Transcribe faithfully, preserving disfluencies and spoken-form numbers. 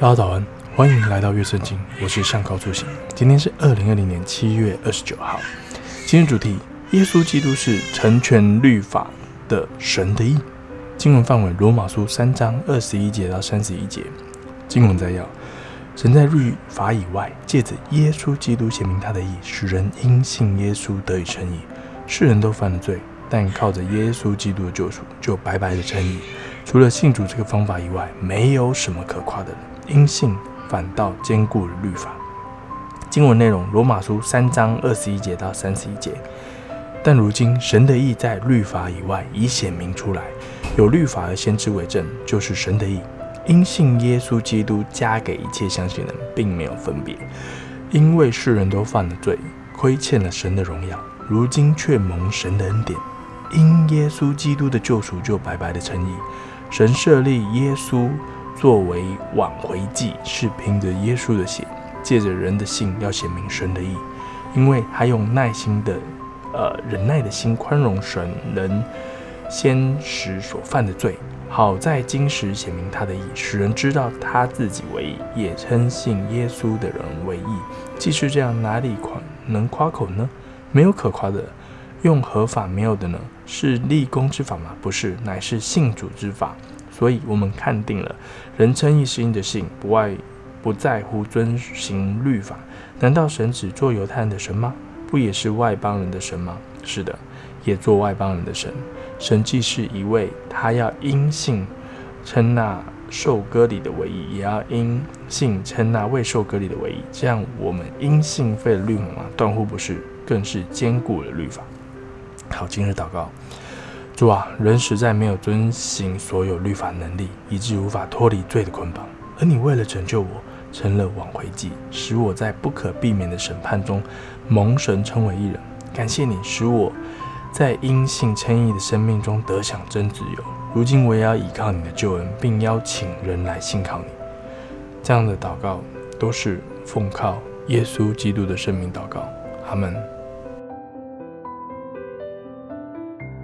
大家早安，欢迎来到乐圣经，我是向高出行。今天是二零二零年七月二十九号。今天主题：耶稣基督是成全律法的神的义。经文范围：罗马书三章二十一节到三十一节。经文摘要：神在律法以外，借着耶稣基督显明他的义，使人因信耶稣得以称义。世人都犯了罪，但靠着耶稣基督的救赎，就白白的称义。除了信主这个方法以外，没有什么可夸的人。因信反倒坚固了律法。经文内容：罗马书三章二十一节到三十一节。但如今神的义在律法以外已显明出来，有律法而先知为证，就是神的义。因信耶稣基督加给一切相信人，并没有分别，因为世人都犯了罪，亏欠了神的荣耀，如今却蒙神的恩典，因耶稣基督的救赎就白白的称义。神设立耶稣作为挽回祭，是凭着耶稣的血，借着人的信要显明神的义，因为他用耐心的、呃忍耐的心宽容神人先时所犯的罪，好在今时显明他的义，使人知道他自己为义，也称信耶稣的人为义。既是这样，哪里能夸口呢？没有可夸的。用何法没有的呢？是立功之法吗？不是，乃是信主之法。所以我们看定了，人称义是因着信，不外不在乎遵行律法。难道神只做犹太人的神吗？不也是外邦人的神吗？是的，也做外邦人的神。神既是一位，他要因信称那受割礼的为义，也要因信称那未受割礼的为义。这样，我们因信废了律法吗？断乎不是，更是坚固了律法。好，今日祷告。主啊，人实在没有遵行所有律法能力，以致无法脱离罪的捆绑。而你为了拯救我，成了挽回祭，使我在不可避免的审判中蒙神称为义人。感谢你，使我在因信称义的生命中得享真自由。如今我也要倚靠你的救恩，并邀请人来信靠你。这样的祷告都是奉靠耶稣基督的圣名祷告。阿们。